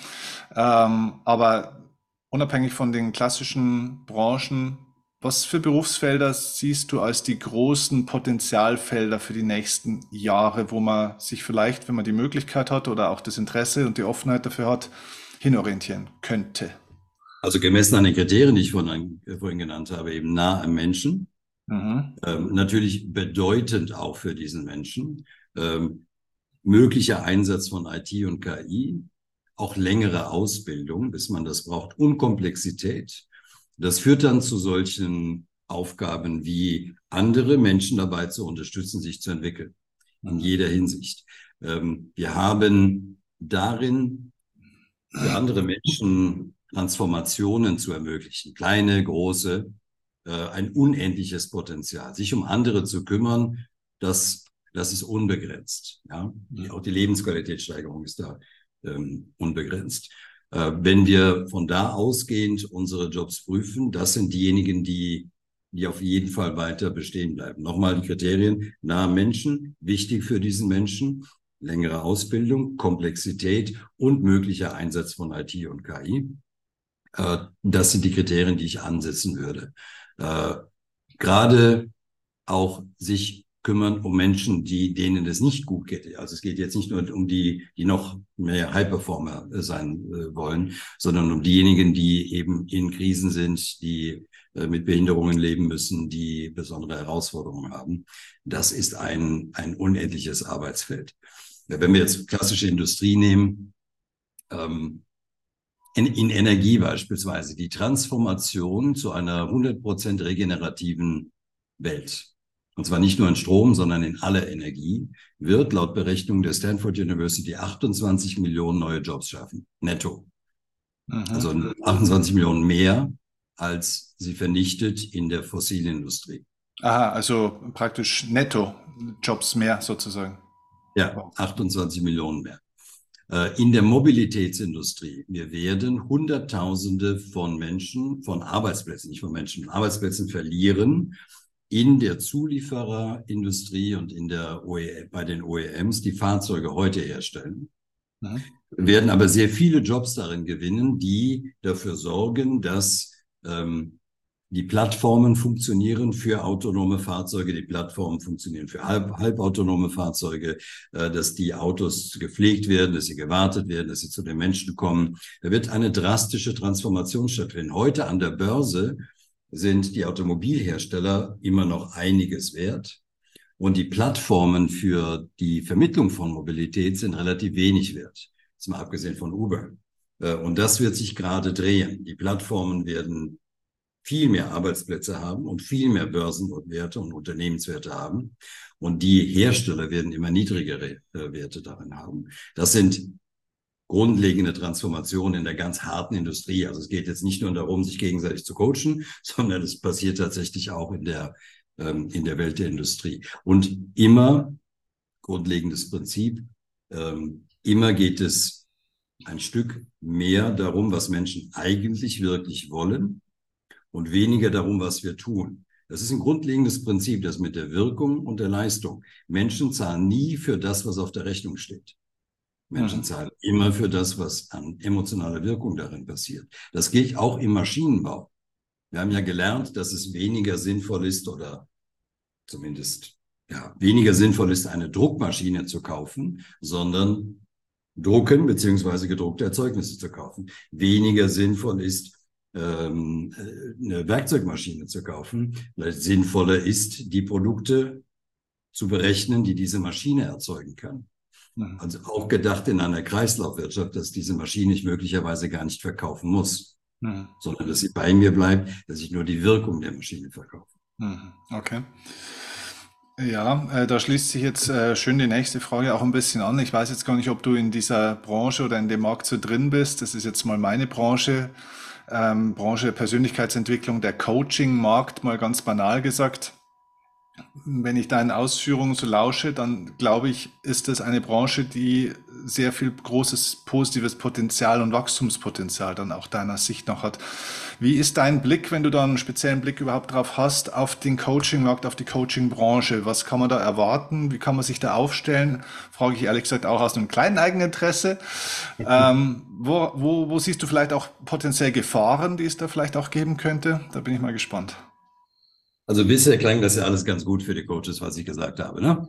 Ähm, aber unabhängig von den klassischen Branchen, was für Berufsfelder siehst du als die großen Potenzialfelder für die nächsten Jahre, wo man sich vielleicht, wenn man die Möglichkeit hat oder auch das Interesse und die Offenheit dafür hat, hinorientieren könnte? Also gemessen an den Kriterien, die ich vorhin, vorhin genannt habe, eben nah am Menschen. Mhm. Ähm, natürlich bedeutend auch für diesen Menschen. Ähm, möglicher Einsatz von I T und K I, auch längere Ausbildung, bis man das braucht, und Komplexität. Das führt dann zu solchen Aufgaben wie andere Menschen dabei zu unterstützen, sich zu entwickeln, in jeder Hinsicht. Ähm, wir haben darin für andere Menschen Transformationen zu ermöglichen, kleine, große, äh, ein unendliches Potenzial. Sich um andere zu kümmern, das, das ist unbegrenzt. Ja? Auch die Lebensqualitätssteigerung ist da ähm, unbegrenzt. Äh, wenn wir von da ausgehend unsere Jobs prüfen, das sind diejenigen, die, die auf jeden Fall weiter bestehen bleiben. Nochmal die Kriterien: nahe Menschen, wichtig für diesen Menschen, längere Ausbildung, Komplexität und möglicher Einsatz von I T und K I. Äh, das sind die Kriterien, die ich ansetzen würde. Äh, gerade auch sich kümmern um Menschen, die, denen es nicht gut geht. Also es geht jetzt nicht nur um die, die noch mehr High-Performer sein äh, wollen, sondern um diejenigen, die eben in Krisen sind, die äh, mit Behinderungen leben müssen, die besondere Herausforderungen haben. Das ist ein, ein unendliches Arbeitsfeld. Ja, wenn wir jetzt klassische Industrie nehmen, ähm, in, in Energie beispielsweise, die Transformation zu einer hundert Prozent regenerativen Welt, und zwar nicht nur in Strom, sondern in aller Energie, wird laut Berechnung der Stanford University achtundzwanzig Millionen neue Jobs schaffen, netto. Also Mhm. achtundzwanzig Millionen mehr, als sie vernichtet in der fossilen Industrie. Aha, also praktisch netto Jobs mehr sozusagen. Ja, Wow. achtundzwanzig Millionen mehr. In der Mobilitätsindustrie, wir werden Hunderttausende von Menschen, von Arbeitsplätzen, nicht von Menschen, von Arbeitsplätzen verlieren in der Zuliefererindustrie und in der O E, bei den O E Ms, die Fahrzeuge heute herstellen. Mhm. Wir werden aber sehr viele Jobs darin gewinnen, die dafür sorgen, dass ähm, die Plattformen funktionieren für autonome Fahrzeuge, die Plattformen funktionieren für halb, halbautonome Fahrzeuge, äh, dass die Autos gepflegt werden, dass sie gewartet werden, dass sie zu den Menschen kommen. Da wird eine drastische Transformation stattfinden. Heute an der Börse sind die Automobilhersteller immer noch einiges wert und die Plattformen für die Vermittlung von Mobilität sind relativ wenig wert, jetzt mal abgesehen von Uber. Äh, und das wird sich gerade drehen. Die Plattformen werden viel mehr Arbeitsplätze haben und viel mehr Börsenwerte und Unternehmenswerte haben. Und die Hersteller werden immer niedrigere äh, Werte darin haben. Das sind grundlegende Transformationen in der ganz harten Industrie. Also es geht jetzt nicht nur darum, sich gegenseitig zu coachen, sondern es passiert tatsächlich auch in der, ähm, in der Welt der Industrie. Und immer, grundlegendes Prinzip, ähm, immer geht es ein Stück mehr darum, was Menschen eigentlich wirklich wollen, und weniger darum, was wir tun. Das ist ein grundlegendes Prinzip, das mit der Wirkung und der Leistung. Menschen zahlen nie für das, was auf der Rechnung steht. Menschen Mhm. zahlen immer für das, was an emotionaler Wirkung darin passiert. Das gilt auch im Maschinenbau. Wir haben ja gelernt, dass es weniger sinnvoll ist oder zumindest ja, weniger sinnvoll ist, eine Druckmaschine zu kaufen, sondern drucken beziehungsweise gedruckte Erzeugnisse zu kaufen. Weniger sinnvoll ist, ähm, eine Werkzeugmaschine zu kaufen. Vielleicht sinnvoller ist, die Produkte zu berechnen, die diese Maschine erzeugen kann. Mhm. Also auch gedacht in einer Kreislaufwirtschaft, dass diese Maschine ich möglicherweise gar nicht verkaufen muss, Mhm. sondern dass sie bei mir bleibt, dass ich nur die Wirkung der Maschine verkaufe. Mhm. Okay. Ja, äh, da schließt sich jetzt äh, schön die nächste Frage auch ein bisschen an. Ich weiß jetzt gar nicht, ob du in dieser Branche oder in dem Markt so drin bist. Das ist jetzt mal meine Branche, ähm, Branche Persönlichkeitsentwicklung, der Coaching-Markt, mal ganz banal gesagt. Wenn ich deinen Ausführungen so lausche, dann glaube ich, ist das eine Branche, die sehr viel großes positives Potenzial und Wachstumspotenzial dann auch deiner Sicht noch hat. Wie ist dein Blick, wenn du da einen speziellen Blick überhaupt drauf hast, auf den Coaching-Markt, auf die Coaching-Branche? Was kann man da erwarten? Wie kann man sich da aufstellen? Frage ich ehrlich gesagt auch aus einem kleinen Eigeninteresse. Ähm, wo, wo, wo siehst du vielleicht auch potenziell Gefahren, die es da vielleicht auch geben könnte? Da bin ich mal gespannt. Also bisher klang das ja alles ganz gut für die Coaches, was ich gesagt habe, ne?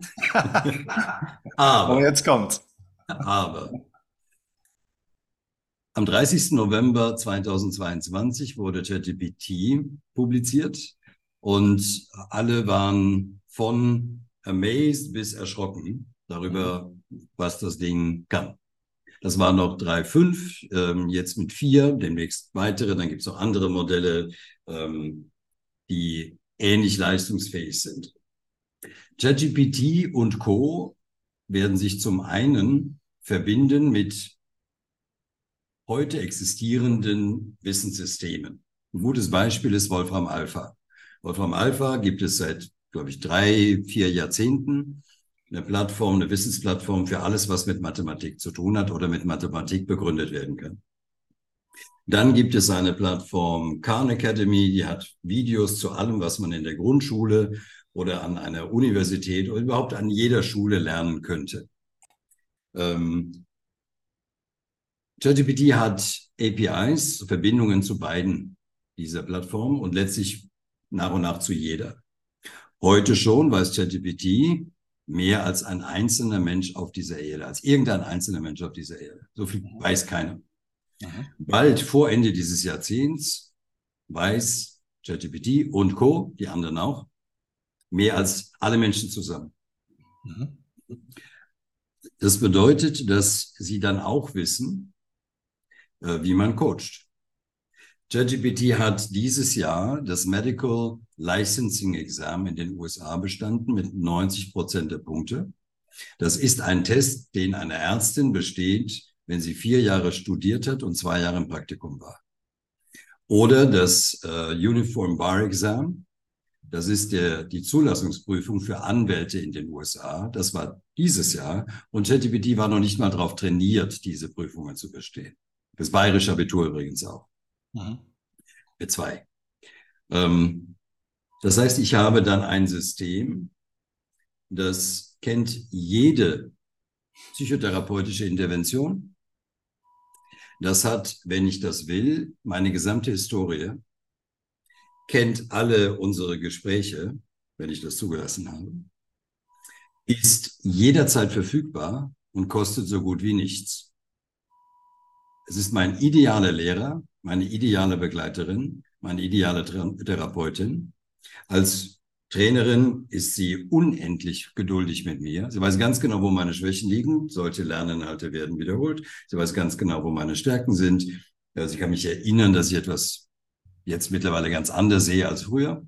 Aber Aber, jetzt kommt's. aber, am dreißigsten November zweitausendzweiundzwanzig wurde ChatGPT publiziert und alle waren von amazed bis erschrocken darüber, was das Ding kann. Das waren noch drei Punkt fünf, ähm, jetzt mit vier, demnächst weitere. Dann gibt es noch andere Modelle, ähm, die ähnlich leistungsfähig sind. ChatGPT und Co. werden sich zum einen verbinden mit heute existierenden Wissenssystemen. Ein gutes Beispiel ist Wolfram Alpha. Wolfram Alpha gibt es seit, glaube ich, drei, vier Jahrzehnten. Eine Plattform, eine Wissensplattform für alles, was mit Mathematik zu tun hat oder mit Mathematik begründet werden kann. Dann gibt es eine Plattform Khan Academy, die hat Videos zu allem, was man in der Grundschule oder an einer Universität oder überhaupt an jeder Schule lernen könnte. Ähm, ChatGPT hat A P Is, Verbindungen zu beiden dieser Plattformen und letztlich nach und nach zu jeder. Heute schon weiß ChatGPT mehr als ein einzelner Mensch auf dieser Erde, als irgendein einzelner Mensch auf dieser Erde. So viel weiß keiner. Mhm. Bald vor Ende dieses Jahrzehnts weiß ChatGPT und Co., die anderen auch, mehr als alle Menschen zusammen. Mhm. Das bedeutet, dass sie dann auch wissen, äh, wie man coacht. ChatGPT hat dieses Jahr das Medical Licensing Exam in den U S A bestanden mit neunzig Prozent der Punkte. Das ist ein Test, den eine Ärztin besteht, wenn sie vier Jahre studiert hat und zwei Jahre im Praktikum war. Oder das äh, Uniform Bar Exam. Das ist der, die Zulassungsprüfung für Anwälte in den U S A. Das war dieses Jahr. Und ChatGPT war noch nicht mal darauf trainiert, diese Prüfungen zu bestehen. Das bayerische Abitur übrigens auch. Mhm. B zwei. Ähm, das heißt, ich habe dann ein System, das kennt jede psychotherapeutische Intervention. Das hat, wenn ich das will, meine gesamte Historie, kennt alle unsere Gespräche, wenn ich das zugelassen habe, ist jederzeit verfügbar und kostet so gut wie nichts. Es ist mein idealer Lehrer, meine ideale Begleiterin, meine ideale Therapeutin. Als Trainerin ist sie unendlich geduldig mit mir. Sie weiß ganz genau, wo meine Schwächen liegen. Solche Lerninhalte werden wiederholt. Sie weiß ganz genau, wo meine Stärken sind. Also ich kann mich erinnern, dass ich etwas jetzt mittlerweile ganz anders sehe als früher.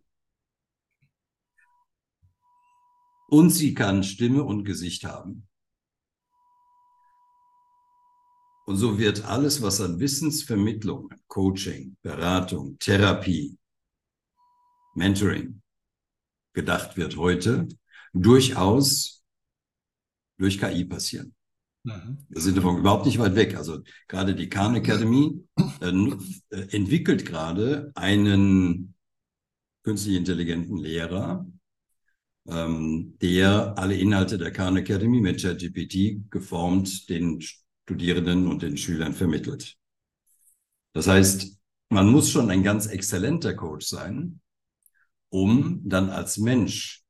Und sie kann Stimme und Gesicht haben. Und so wird alles, was an Wissensvermittlung, Coaching, Beratung, Therapie, Mentoring gedacht wird heute, durchaus durch K I passieren. Mhm. Wir sind davon überhaupt nicht weit weg. Also gerade die Khan Academy äh, entwickelt gerade einen künstlich intelligenten Lehrer, ähm, der alle Inhalte der Khan Academy mit ChatGPT geformt den Studierenden und den Schülern vermittelt. Das heißt, man muss schon ein ganz exzellenter Coach sein, um dann als Mensch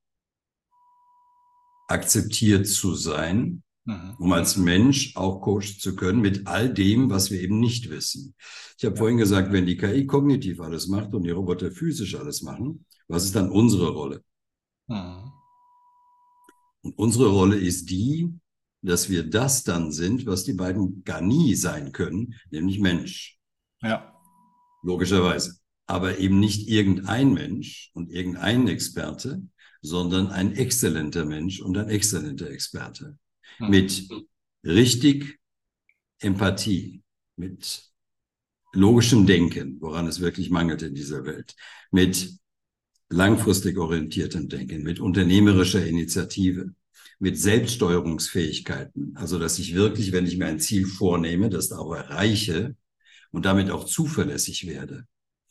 akzeptiert zu sein, Mhm. um als Mensch auch coachen zu können mit all dem, was wir eben nicht wissen. Ich habe Ja. vorhin gesagt, wenn die K I kognitiv alles macht und die Roboter physisch alles machen, was ist dann unsere Rolle? Mhm. Und unsere Rolle ist die, dass wir das dann sind, was die beiden gar nie sein können, nämlich Mensch. Ja. Logischerweise. Aber eben nicht irgendein Mensch und irgendein Experte, sondern ein exzellenter Mensch und ein exzellenter Experte. Mhm. Mit richtig Empathie, mit logischem Denken, woran es wirklich mangelt in dieser Welt, mit langfristig orientiertem Denken, mit unternehmerischer Initiative, mit Selbststeuerungsfähigkeiten, also dass ich wirklich, wenn ich mir ein Ziel vornehme, das auch erreiche und damit auch zuverlässig werde.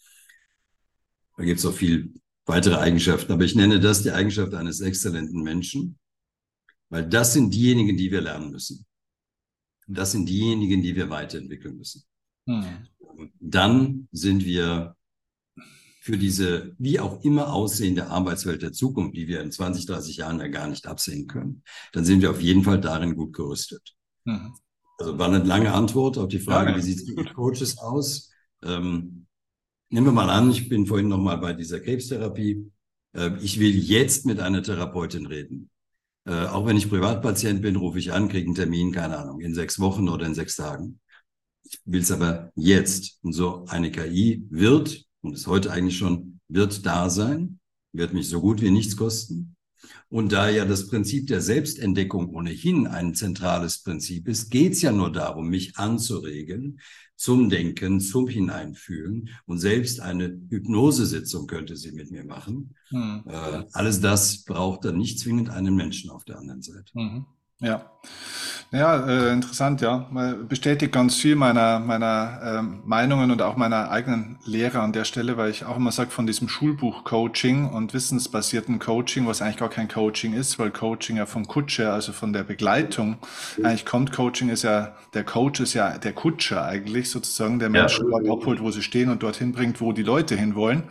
Da gibt es auch viel weitere Eigenschaften, aber ich nenne das die Eigenschaft eines exzellenten Menschen, weil das sind diejenigen, die wir lernen müssen. Das sind diejenigen, die wir weiterentwickeln müssen. Mhm. Dann sind wir für diese wie auch immer aussehende Arbeitswelt der Zukunft, die wir in zwanzig, dreißig Jahren ja gar nicht absehen können, dann sind wir auf jeden Fall darin gut gerüstet. Mhm. Also war eine lange Antwort auf die Frage, Ja, wie sieht es mit Coaches aus? Ähm, nehmen wir mal an, ich bin vorhin noch mal bei dieser Krebstherapie. Äh, ich will jetzt mit einer Therapeutin reden. Äh, auch wenn ich Privatpatient bin, rufe ich an, kriege einen Termin, keine Ahnung, in sechs Wochen oder in sechs Tagen. Ich will es aber jetzt. Und so eine K I wird, und ist heute eigentlich schon, wird da sein, wird mich so gut wie nichts kosten. Und da ja das Prinzip der Selbstentdeckung ohnehin ein zentrales Prinzip ist, geht es ja nur darum, mich anzuregen zum Denken, zum Hineinfühlen. Und selbst eine Hypnosesitzung könnte sie mit mir machen. Mhm. Äh, alles das braucht dann nicht zwingend einen Menschen auf der anderen Seite. Mhm. Ja. Ja, äh, interessant, ja. Man bestätigt ganz viel meiner, meiner ähm, Meinungen und auch meiner eigenen Lehre an der Stelle, weil ich auch immer sage, von diesem Schulbuch-Coaching und wissensbasierten Coaching, was eigentlich gar kein Coaching ist, weil Coaching ja vom Kutscher, also von der Begleitung, eigentlich kommt. Coaching ist ja, der Coach ist ja der Kutscher eigentlich sozusagen, der Ja. Menschen dort abholt, wo sie stehen und dorthin bringt, wo die Leute hinwollen.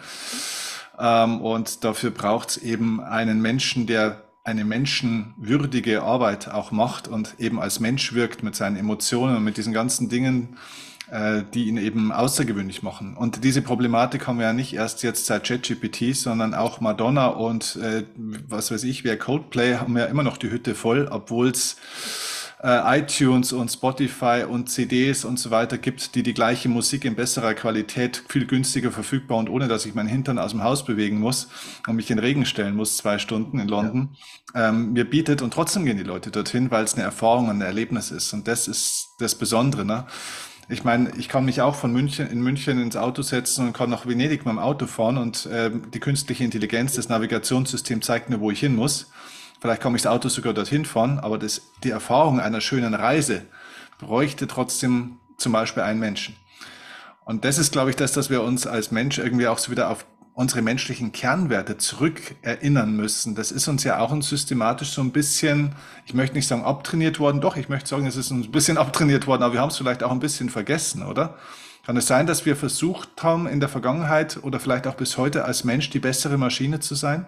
Ähm, und dafür braucht es eben einen Menschen, der eine menschenwürdige Arbeit auch macht und eben als Mensch wirkt mit seinen Emotionen und mit diesen ganzen Dingen, äh, die ihn eben außergewöhnlich machen. Und diese Problematik haben wir ja nicht erst jetzt seit ChatGPT, sondern auch Madonna und äh, was weiß ich, wer Coldplay haben ja immer noch die Hütte voll, obwohl es äh, iTunes und Spotify und C Ds und so weiter gibt, die die gleiche Musik in besserer Qualität viel günstiger verfügbar und ohne, dass ich meinen Hintern aus dem Haus bewegen muss und mich in den Regen stellen muss, zwei Stunden in London, ähm, mir bietet und trotzdem gehen die Leute dorthin, weil es eine Erfahrung, ein Erlebnis ist und das ist das Besondere, ne? Ich meine, ich kann mich auch von München in München ins Auto setzen und kann nach Venedig mit dem Auto fahren und ähm, die künstliche Intelligenz, das Navigationssystem zeigt mir, wo ich hin muss. Vielleicht kann ich das Auto sogar dorthin fahren, aber das, die Erfahrung einer schönen Reise bräuchte trotzdem zum Beispiel einen Menschen. Und das ist, glaube ich, das, dass wir uns als Mensch irgendwie auch so wieder auf unsere menschlichen Kernwerte zurück erinnern müssen. Das ist uns ja auch ein systematisch so ein bisschen, ich möchte nicht sagen abtrainiert worden, doch, ich möchte sagen, es ist uns ein bisschen abtrainiert worden, aber wir haben es vielleicht auch ein bisschen vergessen, oder? Kann es sein, dass wir versucht haben, in der Vergangenheit oder vielleicht auch bis heute als Mensch die bessere Maschine zu sein?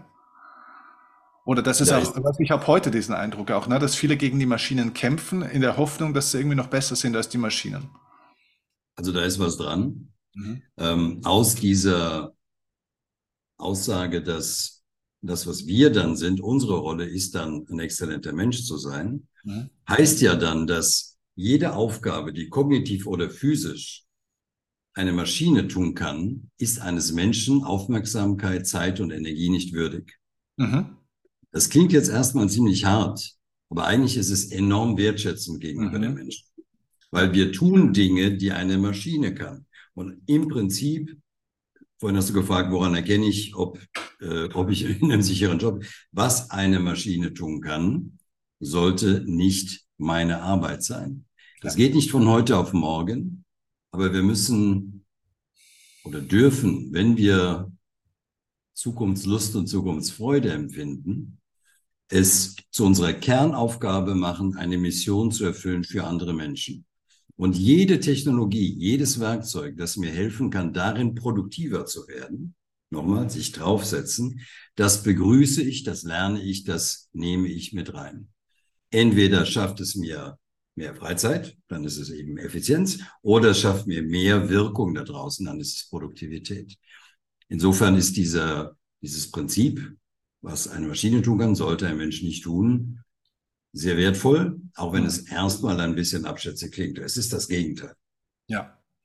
Oder das ist Da auch, ist, also ich habe heute diesen Eindruck auch, ne, dass viele gegen die Maschinen kämpfen, in der Hoffnung, dass sie irgendwie noch besser sind als die Maschinen. also da ist was dran. Mhm. Ähm, aus dieser Aussage, dass das, was wir dann sind, unsere Rolle ist dann, ein exzellenter Mensch zu sein, Mhm. heißt ja dann, dass jede Aufgabe, die kognitiv oder physisch eine Maschine tun kann, ist eines Menschen Aufmerksamkeit, Zeit und Energie nicht würdig. Mhm. Das klingt jetzt erstmal ziemlich hart, aber eigentlich ist es enorm wertschätzend gegenüber den Mhm. Menschen, weil Ja. wir tun Dinge, die eine Maschine kann. Und im Prinzip, vorhin hast du gefragt, woran erkenne ich, ob, äh, ob ich in einem sicheren Job, was eine Maschine tun kann, sollte nicht meine Arbeit sein. Das Ja. geht nicht von heute auf morgen, aber wir müssen oder dürfen, wenn wir Zukunftslust und Zukunftsfreude empfinden, es zu unserer Kernaufgabe machen, eine Mission zu erfüllen für andere Menschen. Und jede Technologie, jedes Werkzeug, das mir helfen kann, darin produktiver zu werden, nochmal, sich draufsetzen, das begrüße ich, das lerne ich, das nehme ich mit rein. Entweder schafft es mir mehr Freizeit, dann ist es eben Effizienz, oder es schafft mir mehr Wirkung da draußen, dann ist es Produktivität. Insofern ist dieser, dieses Prinzip, was eine Maschine tun kann, sollte ein Mensch nicht tun, sehr wertvoll, auch wenn es Mhm. erstmal ein bisschen abschätzig klingt. Es ist das Gegenteil. Ja.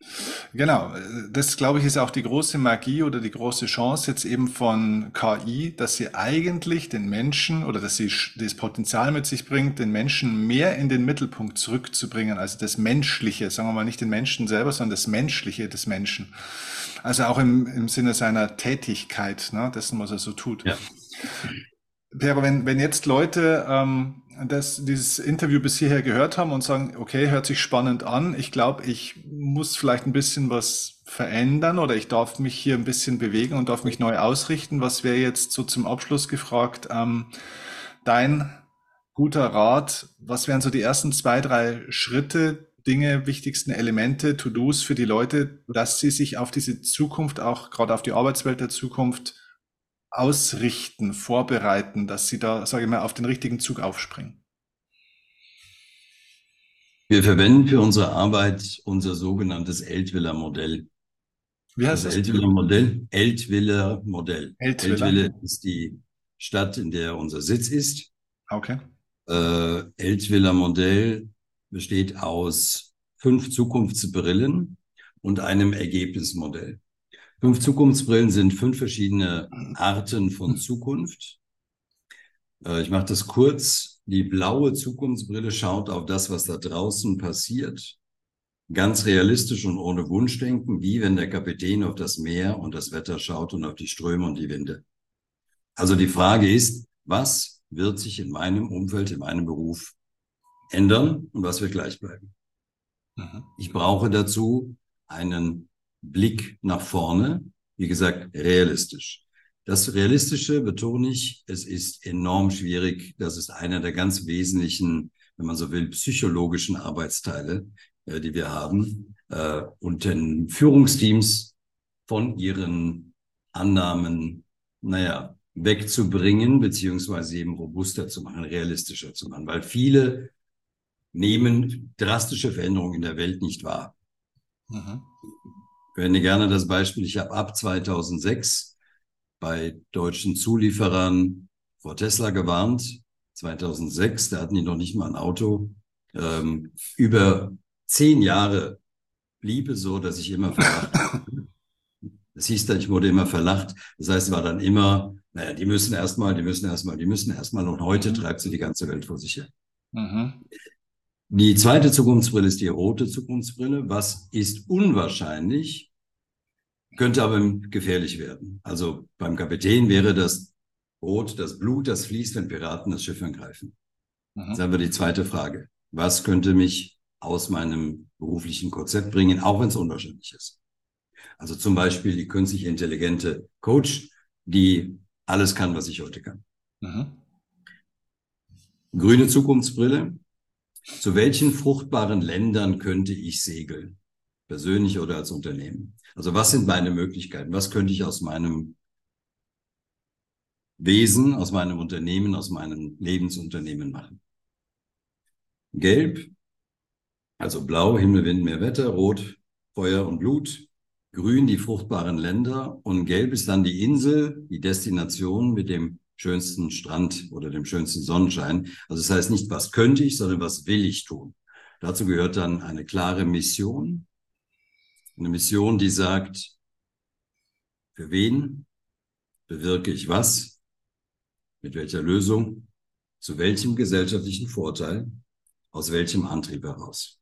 Genau, das glaube ich ist auch die große Magie oder die große Chance jetzt eben von K I, dass sie eigentlich den Menschen oder dass sie sch- das Potenzial mit sich bringt, den Menschen mehr in den Mittelpunkt zurückzubringen, also das Menschliche, sagen wir mal nicht den Menschen selber, sondern das Menschliche des Menschen. Also auch im, im Sinne seiner Tätigkeit, ne, dessen, was er so tut. Ja. Pero, wenn, wenn jetzt Leute ähm, das, dieses Interview bis hierher gehört haben und sagen, okay, hört sich spannend an, ich glaube, ich muss vielleicht ein bisschen was verändern oder ich darf mich hier ein bisschen bewegen und darf mich neu ausrichten. Was wäre jetzt so zum Abschluss gefragt, ähm, dein guter Rat? Was wären so die ersten zwei, drei Schritte, Dinge, wichtigsten Elemente, To-Dos für die Leute, dass sie sich auf diese Zukunft, auch gerade auf die Arbeitswelt der Zukunft ausrichten, vorbereiten, dass sie da, sage ich mal, auf den richtigen Zug aufspringen? Wir verwenden für unsere Arbeit unser sogenanntes Eltviller Modell. Wie heißt Das das? Eltviller Modell, Eltviller Modell. Eltviller? Eltville ist die Stadt, in der unser Sitz ist. Okay. Äh, Eltviller Modell besteht aus fünf Zukunftsbrillen und einem Ergebnismodell. Fünf Zukunftsbrillen sind fünf verschiedene Arten von Zukunft. Äh, ich mache das kurz. Die blaue Zukunftsbrille schaut auf das, was da draußen passiert. Ganz realistisch und ohne Wunschdenken, wie wenn der Kapitän auf das Meer und das Wetter schaut und auf die Ströme und die Winde. Also die Frage ist, was wird sich in meinem Umfeld, in meinem Beruf ändern und was wird gleich bleiben? Mhm. Ich brauche dazu einen Blick nach vorne, wie gesagt, realistisch. Das Realistische betone ich, es ist enorm schwierig. Das ist einer der ganz wesentlichen, wenn man so will, psychologischen Arbeitsteile, äh, die wir haben, äh, und den Führungsteams von ihren Annahmen, naja, wegzubringen, beziehungsweise eben robuster zu machen, realistischer zu machen, weil viele nehmen drastische Veränderungen in der Welt nicht wahr. Mhm. Ich verwende gerne das Beispiel, ich habe ab zweitausendsechs bei deutschen Zulieferern vor Tesla gewarnt. zweitausendsechs, da hatten die noch nicht mal ein Auto. Ähm, über zehn Jahre blieb es so, dass ich immer verlacht wurde. Das hieß dann, ich wurde immer verlacht. Das heißt, es war dann immer, naja, die müssen erstmal, die müssen erstmal, die müssen erstmal. Und heute Mhm. treibt sie die ganze Welt vor sich her. Mhm. Die zweite Zukunftsbrille ist die rote Zukunftsbrille. Was ist unwahrscheinlich, könnte aber gefährlich werden. Also beim Kapitän wäre das Rot, das Blut, das fließt, wenn Piraten das Schiff angreifen. Das ist Mhm. aber die zweite Frage. Was könnte mich aus meinem beruflichen Konzept bringen, auch wenn es unwahrscheinlich ist? Also zum Beispiel die künstlich intelligente Coach, die alles kann, was ich heute kann. Mhm. Grüne Zukunftsbrille. Zu welchen fruchtbaren Ländern könnte ich segeln? Persönlich oder als Unternehmen? Also was sind meine Möglichkeiten? Was könnte ich aus meinem Wesen, aus meinem Unternehmen, aus meinem Lebensunternehmen machen? Gelb, also blau, Himmel, Wind, Meer, Wetter, rot, Feuer und Blut, grün die fruchtbaren Länder und gelb ist dann die Insel, die Destination mit dem schönsten Strand oder dem schönsten Sonnenschein. Also das heißt nicht, was könnte ich, sondern was will ich tun. Dazu gehört dann eine klare Mission. Eine Mission, die sagt, für wen bewirke ich was, mit welcher Lösung, zu welchem gesellschaftlichen Vorteil, aus welchem Antrieb heraus.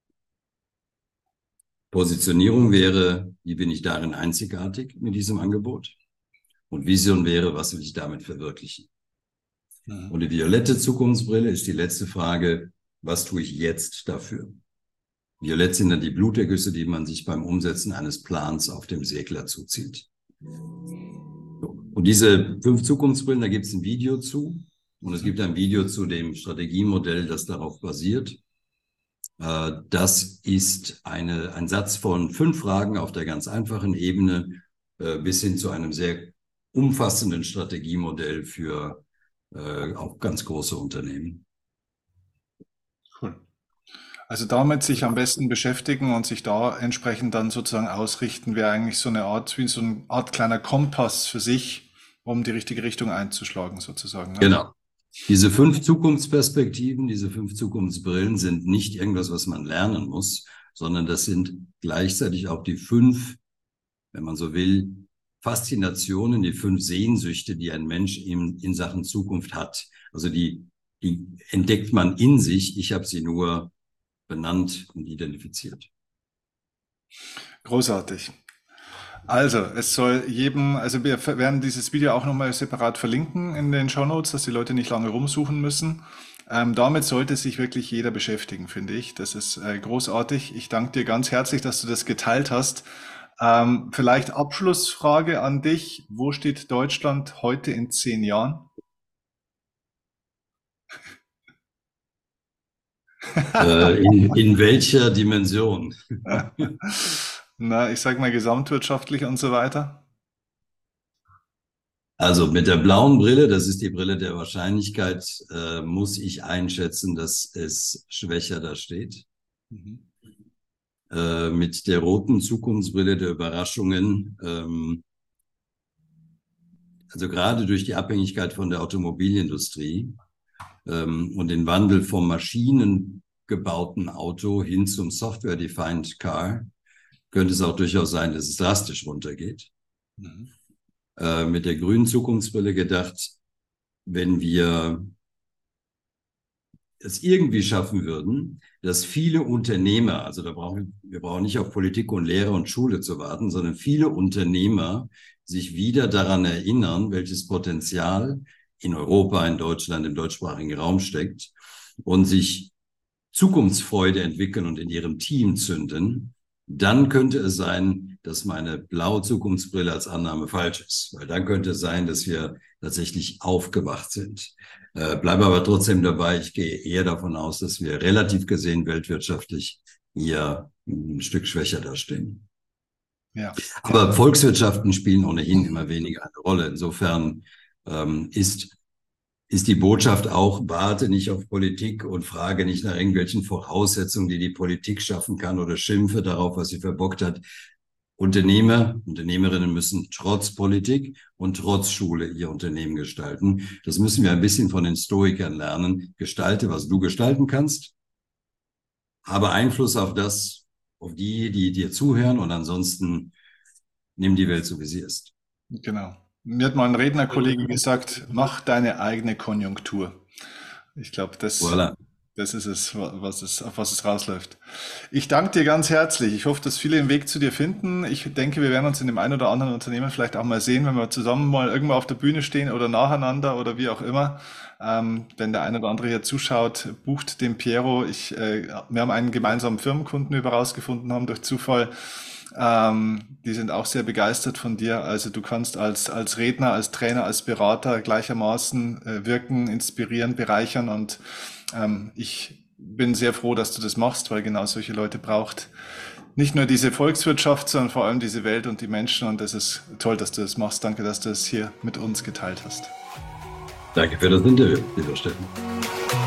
Positionierung wäre, wie bin ich darin einzigartig mit diesem Angebot? Und Vision wäre, was will ich damit verwirklichen? Mhm. Und die violette Zukunftsbrille ist die letzte Frage, was tue ich jetzt dafür? Violett sind dann die Blutergüsse, die man sich beim Umsetzen eines Plans auf dem Segler zuzieht. Und diese fünf Zukunftsbrillen, da gibt es ein Video zu. Und es gibt ein Video zu dem Strategiemodell, das darauf basiert. Das ist eine, ein Satz von fünf Fragen auf der ganz einfachen Ebene bis hin zu einem sehr umfassenden Strategiemodell für auch ganz große Unternehmen. Cool. Also damit sich am besten beschäftigen und sich da entsprechend dann sozusagen ausrichten, wäre eigentlich so eine Art, wie so eine Art kleiner Kompass für sich, um die richtige Richtung einzuschlagen, sozusagen. Ne? Genau. Diese fünf Zukunftsperspektiven, diese fünf Zukunftsbrillen sind nicht irgendwas, was man lernen muss, sondern das sind gleichzeitig auch die fünf, wenn man so will, Faszinationen, die fünf Sehnsüchte, die ein Mensch in, in Sachen Zukunft hat. Also die, die entdeckt man in sich. Ich habe sie nur benannt und identifiziert. Großartig. Also, es soll jedem, also wir werden dieses Video auch nochmal separat verlinken in den Shownotes, dass die Leute nicht lange rumsuchen müssen. Ähm, damit sollte sich wirklich jeder beschäftigen, finde ich. Das ist äh, großartig. Ich danke dir ganz herzlich, dass du das geteilt hast. Ähm, vielleicht Abschlussfrage an dich. Wo steht Deutschland heute in zehn Jahren? Äh, in, in welcher Dimension? Na, ich sag mal gesamtwirtschaftlich und so weiter. Also mit der blauen Brille, das ist die Brille der Wahrscheinlichkeit, äh, muss ich einschätzen, dass es schwächer da steht. Mhm. Äh, mit der roten Zukunftsbrille der Überraschungen, ähm, also gerade durch die Abhängigkeit von der Automobilindustrie ähm, und den Wandel vom maschinengebauten Auto hin zum Software-Defined Car, könnte es auch durchaus sein, dass es drastisch runtergeht. Mhm. Äh, mit der grünen Zukunftsbrille gedacht, wenn wir es irgendwie schaffen würden, dass viele Unternehmer, also da brauchen wir, wir brauchen nicht auf Politik und Lehre und Schule zu warten, sondern viele Unternehmer sich wieder daran erinnern, welches Potenzial in Europa, in Deutschland, im deutschsprachigen Raum steckt und sich Zukunftsfreude entwickeln und in ihrem Team zünden, dann könnte es sein, dass meine blaue Zukunftsbrille als Annahme falsch ist. Weil dann könnte es sein, dass wir tatsächlich aufgewacht sind. Äh, bleibe aber trotzdem dabei. Ich gehe eher davon aus, dass wir relativ gesehen weltwirtschaftlich hier ein Stück schwächer dastehen. Ja. Aber Volkswirtschaften spielen ohnehin immer weniger eine Rolle. Insofern ähm, ist ist die Botschaft auch, warte nicht auf Politik und frage nicht nach irgendwelchen Voraussetzungen, die die Politik schaffen kann oder schimpfe darauf, was sie verbockt hat. Unternehmer, Unternehmerinnen müssen trotz Politik und trotz Schule ihr Unternehmen gestalten. Das müssen wir ein bisschen von den Stoikern lernen. Gestalte, was du gestalten kannst. Habe Einfluss auf das, auf die, die dir zuhören und ansonsten nimm die Welt so, wie sie ist. Genau. Mir hat mal ein Rednerkollege gesagt, mach deine eigene Konjunktur. Ich glaube, das, Voilà. das ist es, was es, auf was es rausläuft. Ich danke dir ganz herzlich. Ich hoffe, dass viele den Weg zu dir finden. Ich denke, wir werden uns in dem einen oder anderen Unternehmen vielleicht auch mal sehen, wenn wir zusammen mal irgendwo auf der Bühne stehen oder nacheinander oder wie auch immer. Ähm, wenn der eine oder andere hier zuschaut, bucht den Piero. Ich, äh, wir haben einen gemeinsamen Firmenkunden über rausgefunden haben durch Zufall. Ähm, die sind auch sehr begeistert von dir. Also du kannst als, als Redner, als Trainer, als Berater gleichermaßen äh, wirken, inspirieren, bereichern und ähm, ich bin sehr froh, dass du das machst, weil genau solche Leute braucht nicht nur diese Volkswirtschaft, sondern vor allem diese Welt und die Menschen und das ist toll, dass du das machst. Danke, dass du es hier mit uns geteilt hast. Danke für das Interview, lieber Steffen.